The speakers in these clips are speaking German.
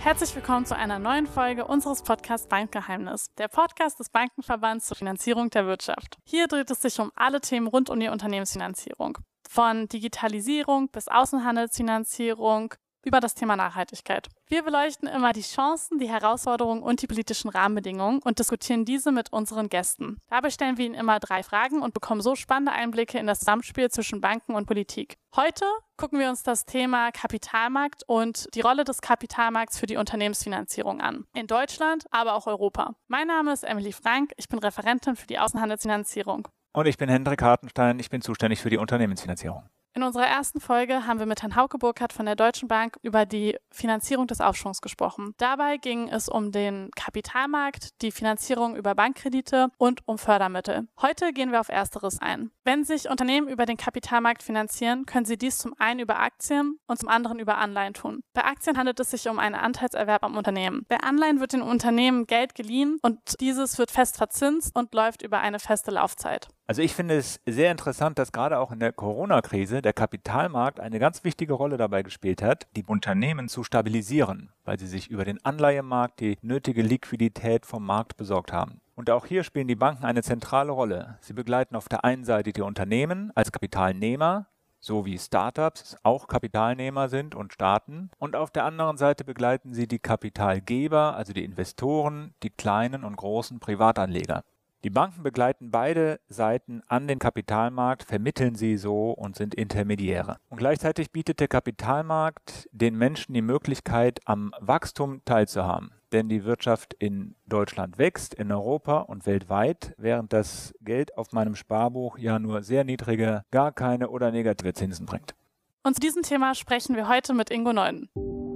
Herzlich willkommen zu einer neuen Folge unseres Podcasts Bankgeheimnis, der Podcast des Bankenverbands zur Finanzierung der Wirtschaft. Hier dreht es sich um alle Themen rund um die Unternehmensfinanzierung. Von Digitalisierung bis Außenhandelsfinanzierung über das Thema Nachhaltigkeit. Wir beleuchten immer die Chancen, die Herausforderungen und die politischen Rahmenbedingungen und diskutieren diese mit unseren Gästen. Dabei stellen wir ihnen immer 3 Fragen und bekommen so spannende Einblicke in das Zusammenspiel zwischen Banken und Politik. Heute gucken wir uns das Thema Kapitalmarkt und die Rolle des Kapitalmarkts für die Unternehmensfinanzierung an. In Deutschland, aber auch Europa. Mein Name ist Emily Frank, ich bin Referentin für die Außenhandelsfinanzierung. Und ich bin Hendrik Hartenstein, ich bin zuständig für die Unternehmensfinanzierung. In unserer ersten Folge haben wir mit Herrn Hauke Burkhardt von der Deutschen Bank über die Finanzierung des Aufschwungs gesprochen. Dabei ging es um den Kapitalmarkt, die Finanzierung über Bankkredite und um Fördermittel. Heute gehen wir auf Ersteres ein. Wenn sich Unternehmen über den Kapitalmarkt finanzieren, können sie dies zum einen über Aktien und zum anderen über Anleihen tun. Bei Aktien handelt es sich um einen Anteilserwerb am Unternehmen. Bei Anleihen wird den Unternehmen Geld geliehen und dieses wird fest verzinst und läuft über eine feste Laufzeit. Also ich finde es sehr interessant, dass gerade auch in der Corona-Krise der Kapitalmarkt eine ganz wichtige Rolle dabei gespielt hat, die Unternehmen zu stabilisieren, weil sie sich über den Anleihemarkt die nötige Liquidität vom Markt besorgt haben. Und auch hier spielen die Banken eine zentrale Rolle. Sie begleiten auf der einen Seite die Unternehmen als Kapitalnehmer, so wie Startups auch Kapitalnehmer sind und Staaten. Und auf der anderen Seite begleiten sie die Kapitalgeber, also die Investoren, die kleinen und großen Privatanleger. Die Banken begleiten beide Seiten an den Kapitalmarkt, vermitteln sie so und sind Intermediäre. Und gleichzeitig bietet der Kapitalmarkt den Menschen die Möglichkeit, am Wachstum teilzuhaben. Denn die Wirtschaft in Deutschland wächst, in Europa und weltweit, während das Geld auf meinem Sparbuch ja nur sehr niedrige, gar keine oder negative Zinsen bringt. Und zu diesem Thema sprechen wir heute mit Ingo Neuden.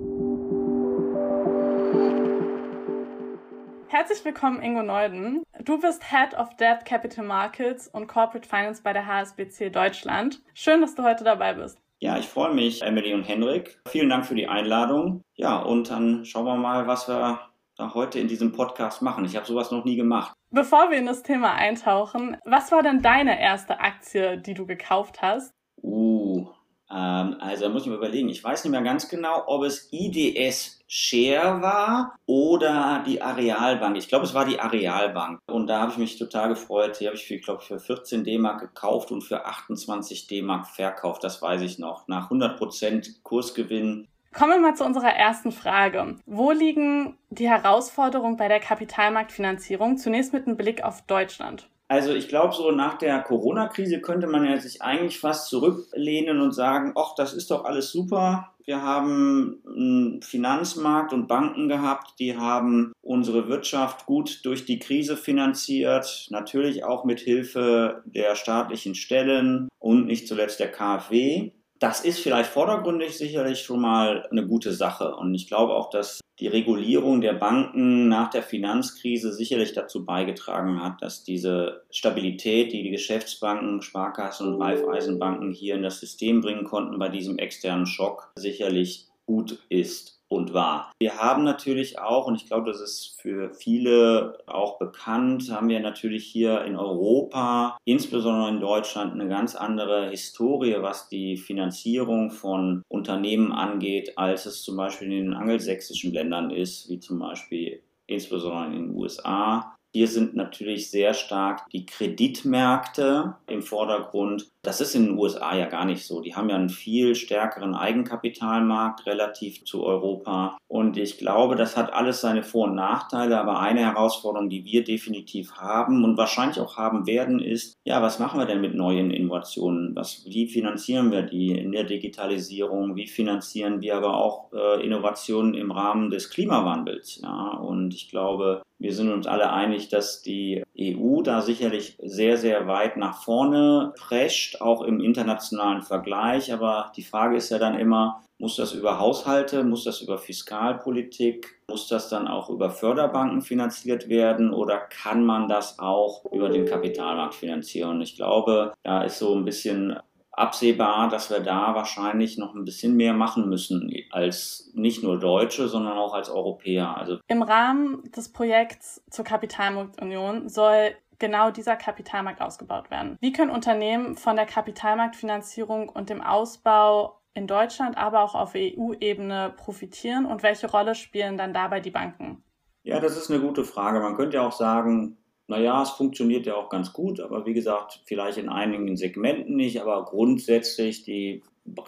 Herzlich willkommen, Ingo Neuden. Du bist Head of Debt Capital Markets und Corporate Finance bei der HSBC Deutschland. Schön, dass du heute dabei bist. Ja, ich freue mich, Emily und Hendrik. Vielen Dank für die Einladung. Ja, und dann schauen wir mal, was wir da heute in diesem Podcast machen. Ich habe sowas noch nie gemacht. Bevor wir in das Thema eintauchen, was war denn deine erste Aktie, die du gekauft hast? Also da muss ich mir überlegen. Ich weiß nicht mehr ganz genau, ob es IDS Share war oder die Arealbank. Ich glaube, es war die Arealbank. Und da habe ich mich total gefreut. Die habe ich für 14 D-Mark gekauft und für 28 D-Mark verkauft. Das weiß ich noch. Nach 100% Kursgewinn. Kommen wir mal zu unserer ersten Frage. Wo liegen die Herausforderungen bei der Kapitalmarktfinanzierung? Zunächst mit einem Blick auf Deutschland. Also ich glaube, so nach der Corona-Krise könnte man ja sich eigentlich fast zurücklehnen und sagen, ach, das ist doch alles super. Wir haben einen Finanzmarkt und Banken gehabt, die haben unsere Wirtschaft gut durch die Krise finanziert, natürlich auch mit Hilfe der staatlichen Stellen und nicht zuletzt der KfW. Das ist vielleicht vordergründig sicherlich schon mal eine gute Sache und ich glaube auch, dass die Regulierung der Banken nach der Finanzkrise sicherlich dazu beigetragen hat, dass diese Stabilität, die die Geschäftsbanken, Sparkassen und Raiffeisenbanken hier in das System bringen konnten bei diesem externen Schock, sicherlich gut ist und war. Wir haben natürlich auch, und ich glaube, das ist für viele auch bekannt, haben wir natürlich hier in Europa, insbesondere in Deutschland, eine ganz andere Historie, was die Finanzierung von Unternehmen angeht, als es zum Beispiel in den angelsächsischen Ländern ist, wie zum Beispiel insbesondere in den USA. Hier sind natürlich sehr stark die Kreditmärkte im Vordergrund. Das ist in den USA ja gar nicht so. Die haben ja einen viel stärkeren Eigenkapitalmarkt relativ zu Europa. Und ich glaube, das hat alles seine Vor- und Nachteile. Aber eine Herausforderung, die wir definitiv haben und wahrscheinlich auch haben werden, ist, ja, was machen wir denn mit neuen Innovationen? Wie finanzieren wir die in der Digitalisierung? Wie finanzieren wir aber auch Innovationen im Rahmen des Klimawandels? Ja? Und ich glaube, wir sind uns alle einig, dass die EU da sicherlich sehr, sehr weit nach vorne prescht, auch im internationalen Vergleich. Aber die Frage ist ja dann immer, muss das über Haushalte, muss das über Fiskalpolitik, muss das dann auch über Förderbanken finanziert werden oder kann man das auch über den Kapitalmarkt finanzieren? Ich glaube, da ist so ein bisschen absehbar, dass wir da wahrscheinlich noch ein bisschen mehr machen müssen als nicht nur Deutsche, sondern auch als Europäer. Also im Rahmen des Projekts zur Kapitalmarktunion soll genau dieser Kapitalmarkt ausgebaut werden. Wie können Unternehmen von der Kapitalmarktfinanzierung und dem Ausbau in Deutschland, aber auch auf EU-Ebene profitieren und welche Rolle spielen dann dabei die Banken? Ja, das ist eine gute Frage. Man könnte ja auch sagen, naja, es funktioniert ja auch ganz gut, aber wie gesagt, vielleicht in einigen Segmenten nicht, aber grundsätzlich die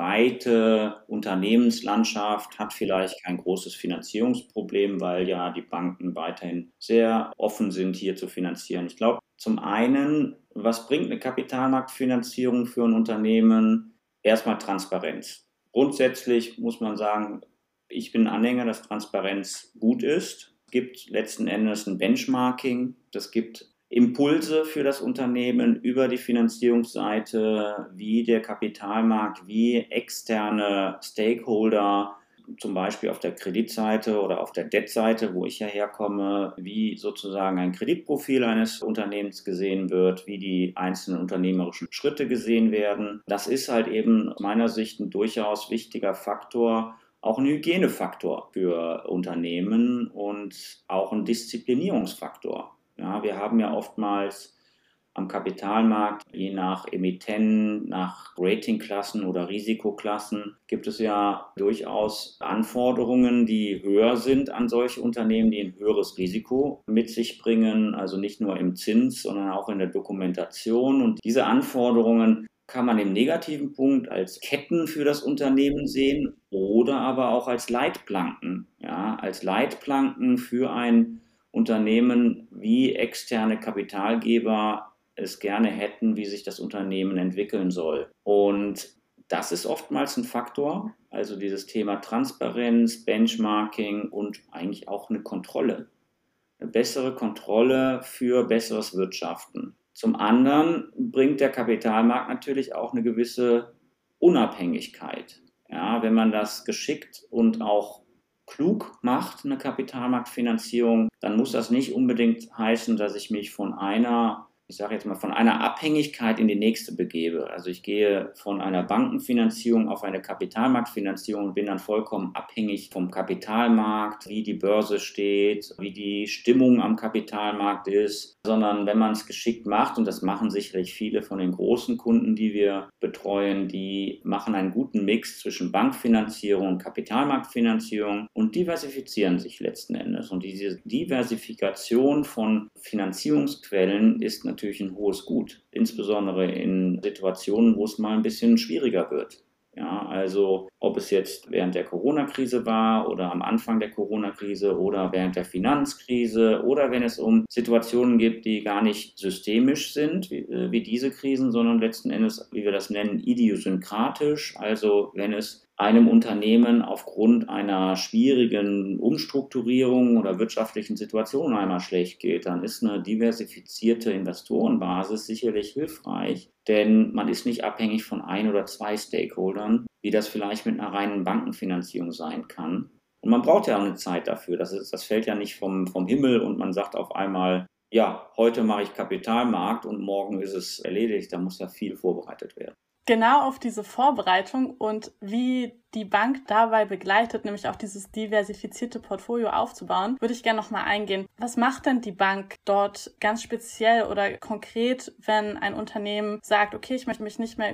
breite Unternehmenslandschaft hat vielleicht kein großes Finanzierungsproblem, weil ja die Banken weiterhin sehr offen sind, hier zu finanzieren. Ich glaube, zum einen, was bringt eine Kapitalmarktfinanzierung für ein Unternehmen? Erstmal Transparenz. Grundsätzlich muss man sagen, ich bin Anhänger, dass Transparenz gut ist. Es gibt letzten Endes ein Benchmarking. Das gibt Impulse für das Unternehmen über die Finanzierungsseite, wie der Kapitalmarkt, wie externe Stakeholder, zum Beispiel auf der Kreditseite oder auf der Debtseite, wo ich ja herkomme, wie sozusagen ein Kreditprofil eines Unternehmens gesehen wird, wie die einzelnen unternehmerischen Schritte gesehen werden. Das ist halt eben aus meiner Sicht ein durchaus wichtiger Faktor, auch ein Hygienefaktor für Unternehmen und auch ein Disziplinierungsfaktor. Ja, wir haben ja oftmals am Kapitalmarkt, je nach Emittenten, nach Ratingklassen oder Risikoklassen, gibt es ja durchaus Anforderungen, die höher sind an solche Unternehmen, die ein höheres Risiko mit sich bringen, also nicht nur im Zins, sondern auch in der Dokumentation. Und diese Anforderungen kann man im negativen Punkt als Ketten für das Unternehmen sehen oder aber auch als Leitplanken, ja, als Leitplanken für ein Unternehmen, wie externe Kapitalgeber es gerne hätten, wie sich das Unternehmen entwickeln soll. Und das ist oftmals ein Faktor, also dieses Thema Transparenz, Benchmarking und eigentlich auch eine Kontrolle. Eine bessere Kontrolle für besseres Wirtschaften. Zum anderen bringt der Kapitalmarkt natürlich auch eine gewisse Unabhängigkeit. Ja, wenn man das geschickt und auch klug macht, eine Kapitalmarktfinanzierung, dann muss das nicht unbedingt heißen, dass ich mich von einer Abhängigkeit in die nächste begebe. Also ich gehe von einer Bankenfinanzierung auf eine Kapitalmarktfinanzierung und bin dann vollkommen abhängig vom Kapitalmarkt, wie die Börse steht, wie die Stimmung am Kapitalmarkt ist, sondern wenn man es geschickt macht, und das machen sicherlich viele von den großen Kunden, die wir betreuen, die machen einen guten Mix zwischen Bankfinanzierung und Kapitalmarktfinanzierung und diversifizieren sich letzten Endes. Und diese Diversifikation von Finanzierungsquellen ist natürlich ein hohes Gut, insbesondere in Situationen, wo es mal ein bisschen schwieriger wird. Ja, also ob es jetzt während der Corona-Krise war oder am Anfang der Corona-Krise oder während der Finanzkrise oder wenn es um Situationen gibt, die gar nicht systemisch sind, wie diese Krisen, sondern letzten Endes, wie wir das nennen, idiosynkratisch. Also wenn es einem Unternehmen aufgrund einer schwierigen Umstrukturierung oder wirtschaftlichen Situation einmal schlecht geht, dann ist eine diversifizierte Investorenbasis sicherlich hilfreich, denn man ist nicht abhängig von ein oder zwei Stakeholdern, wie das vielleicht mit einer reinen Bankenfinanzierung sein kann. Und man braucht ja auch eine Zeit dafür. Das fällt ja nicht vom Himmel und man sagt auf einmal, ja, heute mache ich Kapitalmarkt und morgen ist es erledigt. Da muss ja viel vorbereitet werden. Genau auf diese Vorbereitung und wie die Bank dabei begleitet, nämlich auch dieses diversifizierte Portfolio aufzubauen, würde ich gerne nochmal eingehen. Was macht denn die Bank dort ganz speziell oder konkret, wenn ein Unternehmen sagt, okay, ich möchte mich nicht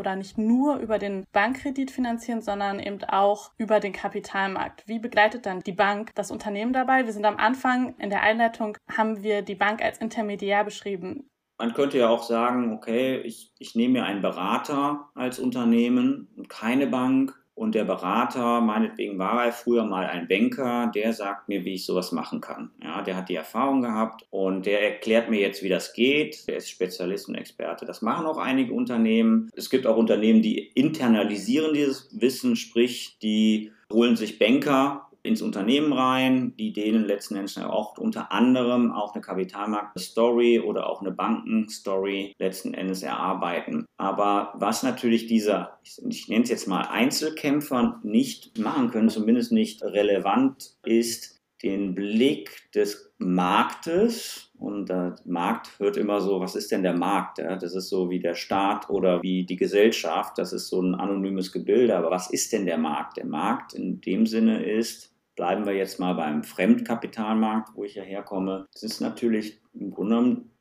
nur über den Bankkredit finanzieren, sondern eben auch über den Kapitalmarkt? Wie begleitet dann die Bank das Unternehmen dabei? Wir sind am Anfang, in der Einleitung haben wir die Bank als Intermediär beschrieben. Man könnte ja auch sagen, okay, ich nehme mir einen Berater als Unternehmen und keine Bank. Und der Berater, meinetwegen war er früher mal ein Banker, der sagt mir, wie ich sowas machen kann. Ja, der hat die Erfahrung gehabt und der erklärt mir jetzt, wie das geht. Der ist Spezialist und Experte. Das machen auch einige Unternehmen. Es gibt auch Unternehmen, die internalisieren dieses Wissen, sprich, die holen sich Banker ins Unternehmen rein, die denen letzten Endes auch unter anderem auch eine Kapitalmarkt-Story oder auch eine Banken-Story letzten Endes erarbeiten. Aber was natürlich dieser, ich nenne es jetzt mal Einzelkämpfer, nicht machen können, zumindest nicht relevant ist, den Blick des Marktes, und der Markt hört immer so, was ist denn der Markt? Ja, das ist so wie der Staat oder wie die Gesellschaft, das ist so ein anonymes Gebilde, aber was ist denn der Markt? Der Markt in dem Sinne ist, bleiben wir jetzt mal beim Fremdkapitalmarkt, wo ich ja herkomme. Es ist natürlich im Grunde genommen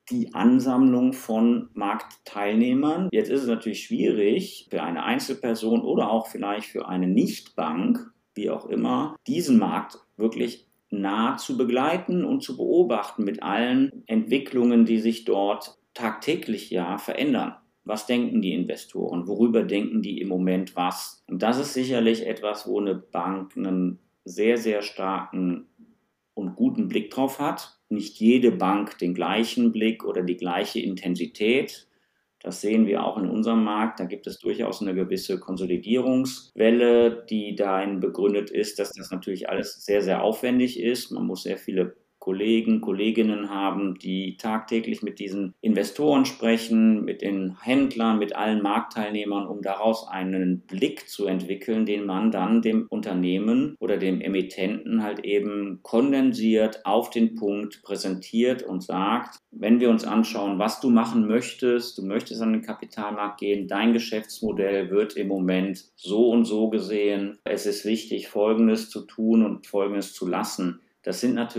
die Ansammlung von Marktteilnehmern. Jetzt ist es natürlich schwierig für eine Einzelperson oder auch vielleicht für eine Nichtbank, wie auch immer, diesen Markt wirklich nah zu begleiten und zu beobachten mit allen Entwicklungen, die sich dort tagtäglich ja verändern. Was denken die Investoren? Worüber denken die im Moment was? Und das ist sicherlich etwas, wo eine Bank einen sehr, sehr starken und guten Blick drauf hat. Nicht jede Bank den gleichen Blick oder die gleiche Intensität. Das sehen wir auch in unserem Markt. Da gibt es durchaus eine gewisse Konsolidierungswelle, die darin begründet ist, dass das natürlich alles sehr, sehr aufwendig ist. Man muss sehr viele Kollegen, Kolleginnen haben, die tagtäglich mit diesen Investoren sprechen, mit den Händlern, mit allen Marktteilnehmern, um daraus einen Blick zu entwickeln, den man dann dem Unternehmen oder dem Emittenten halt eben kondensiert auf den Punkt präsentiert und sagt, wenn wir uns anschauen, was du machen möchtest, du möchtest an den Kapitalmarkt gehen, dein Geschäftsmodell wird im Moment so und so gesehen, es ist wichtig, Folgendes zu tun und Folgendes zu lassen. Das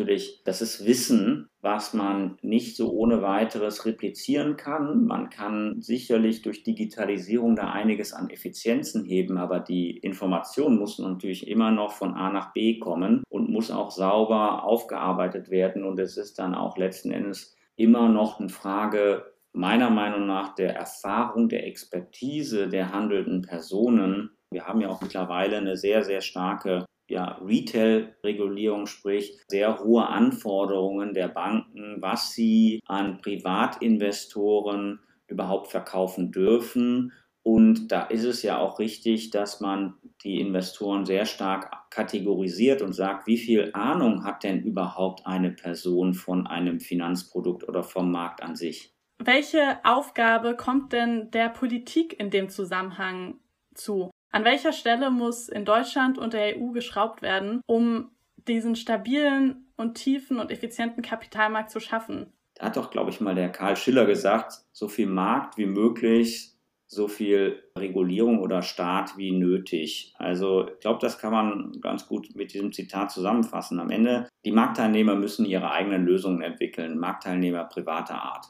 ist Wissen, was man nicht so ohne weiteres replizieren kann. Man kann sicherlich durch Digitalisierung da einiges an Effizienzen heben, aber die Information muss natürlich immer noch von A nach B kommen und muss auch sauber aufgearbeitet werden. Und es ist dann auch letzten Endes immer noch eine Frage, meiner Meinung nach, der Erfahrung, der Expertise der handelnden Personen. Wir haben ja auch mittlerweile eine sehr, sehr starke Retail-Regulierung, sprich sehr hohe Anforderungen der Banken, was sie an Privatinvestoren überhaupt verkaufen dürfen. Und da ist es ja auch richtig, dass man die Investoren sehr stark kategorisiert und sagt, wie viel Ahnung hat denn überhaupt eine Person von einem Finanzprodukt oder vom Markt an sich? Welche Aufgabe kommt denn der Politik in dem Zusammenhang zu? An welcher Stelle muss in Deutschland und der EU geschraubt werden, um diesen stabilen und tiefen und effizienten Kapitalmarkt zu schaffen? Da hat doch, glaube ich, mal der Karl Schiller gesagt, so viel Markt wie möglich, so viel Regulierung oder Staat wie nötig. Also ich glaube, das kann man ganz gut mit diesem Zitat zusammenfassen. Am Ende, die Marktteilnehmer müssen ihre eigenen Lösungen entwickeln, Marktteilnehmer privater Art,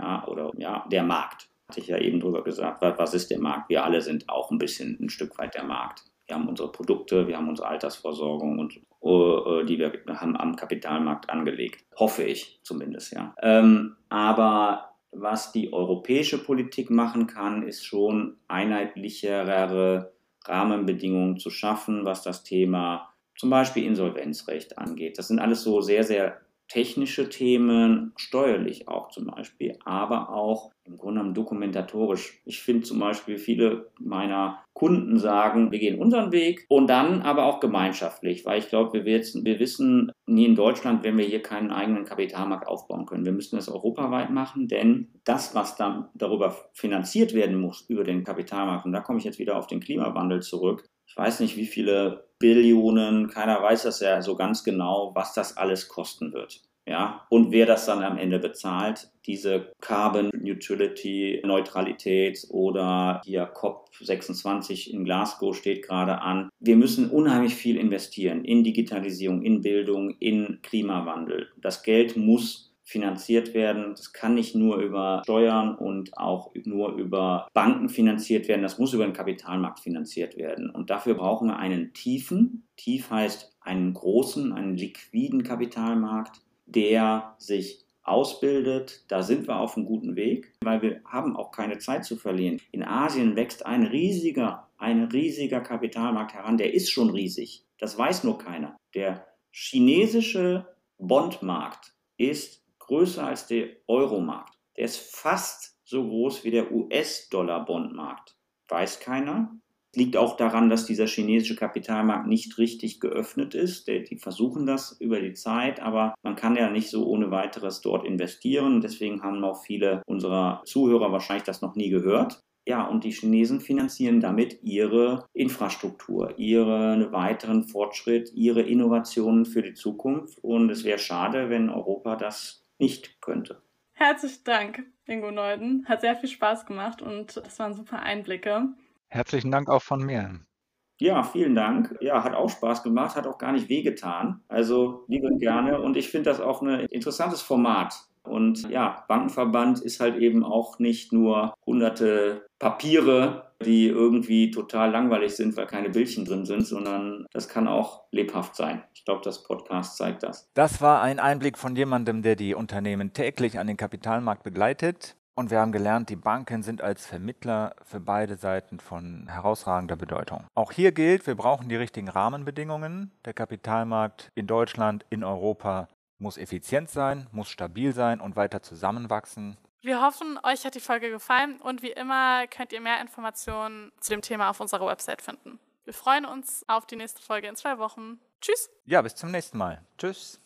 der Markt. Hatte ich ja eben drüber gesagt, was ist der Markt? Wir alle sind auch ein Stück weit der Markt. Wir haben unsere Produkte, wir haben unsere Altersversorgung und die wir haben am Kapitalmarkt angelegt. Hoffe ich zumindest, ja. Aber was die europäische Politik machen kann, ist schon einheitlichere Rahmenbedingungen zu schaffen, was das Thema zum Beispiel Insolvenzrecht angeht. Das sind alles so sehr, sehr technische Themen, steuerlich auch zum Beispiel, aber auch im Grunde genommen dokumentatorisch. Ich finde zum Beispiel, viele meiner Kunden sagen, wir gehen unseren Weg und dann aber auch gemeinschaftlich, weil ich glaube, wir wissen, nie in Deutschland werden wir hier keinen eigenen Kapitalmarkt aufbauen können. Wir müssen das europaweit machen, denn das, was dann darüber finanziert werden muss, über den Kapitalmarkt, und da komme ich jetzt wieder auf den Klimawandel zurück, ich weiß nicht, wie viele Billionen, keiner weiß das ja so ganz genau, was das alles kosten wird. Ja, und wer das dann am Ende bezahlt, diese Carbon Neutrality, Neutralität oder hier COP26 in Glasgow steht gerade an. Wir müssen unheimlich viel investieren in Digitalisierung, in Bildung, in Klimawandel. Das Geld muss finanziert werden. Das kann nicht nur über Steuern und auch nur über Banken finanziert werden. Das muss über den Kapitalmarkt finanziert werden. Und dafür brauchen wir einen tiefen, tief heißt einen großen, einen liquiden Kapitalmarkt, der sich ausbildet. Da sind wir auf einem guten Weg, weil wir haben auch keine Zeit zu verlieren. In Asien wächst ein riesiger Kapitalmarkt heran. Der ist schon riesig. Das weiß nur keiner. Der chinesische Bondmarkt ist größer als der Euromarkt. Der ist fast so groß wie der US-Dollar-Bondmarkt. Weiß keiner. Liegt auch daran, dass dieser chinesische Kapitalmarkt nicht richtig geöffnet ist. Die versuchen das über die Zeit, aber man kann ja nicht so ohne weiteres dort investieren. Deswegen haben auch viele unserer Zuhörer wahrscheinlich das noch nie gehört. Ja, und die Chinesen finanzieren damit ihre Infrastruktur, ihren weiteren Fortschritt, ihre Innovationen für die Zukunft. Und es wäre schade, wenn Europa das nicht könnte. Herzlichen Dank, Ingo Neuden. Hat sehr viel Spaß gemacht und das waren super Einblicke. Herzlichen Dank auch von mir. Ja, vielen Dank. Ja, hat auch Spaß gemacht, hat auch gar nicht wehgetan. Also liebe gerne und ich finde das auch ein interessantes Format. Und ja, Bankenverband ist halt eben auch nicht nur hunderte Papiere, die irgendwie total langweilig sind, weil keine Bildchen drin sind, sondern das kann auch lebhaft sein. Ich glaube, das Podcast zeigt das. Das war ein Einblick von jemandem, der die Unternehmen täglich an den Kapitalmarkt begleitet. Und wir haben gelernt, die Banken sind als Vermittler für beide Seiten von herausragender Bedeutung. Auch hier gilt, wir brauchen die richtigen Rahmenbedingungen. Der Kapitalmarkt in Deutschland, in Europa muss effizient sein, muss stabil sein und weiter zusammenwachsen. Wir hoffen, euch hat die Folge gefallen und wie immer könnt ihr mehr Informationen zu dem Thema auf unserer Website finden. Wir freuen uns auf die nächste Folge in 2 Wochen. Tschüss! Ja, bis zum nächsten Mal. Tschüss!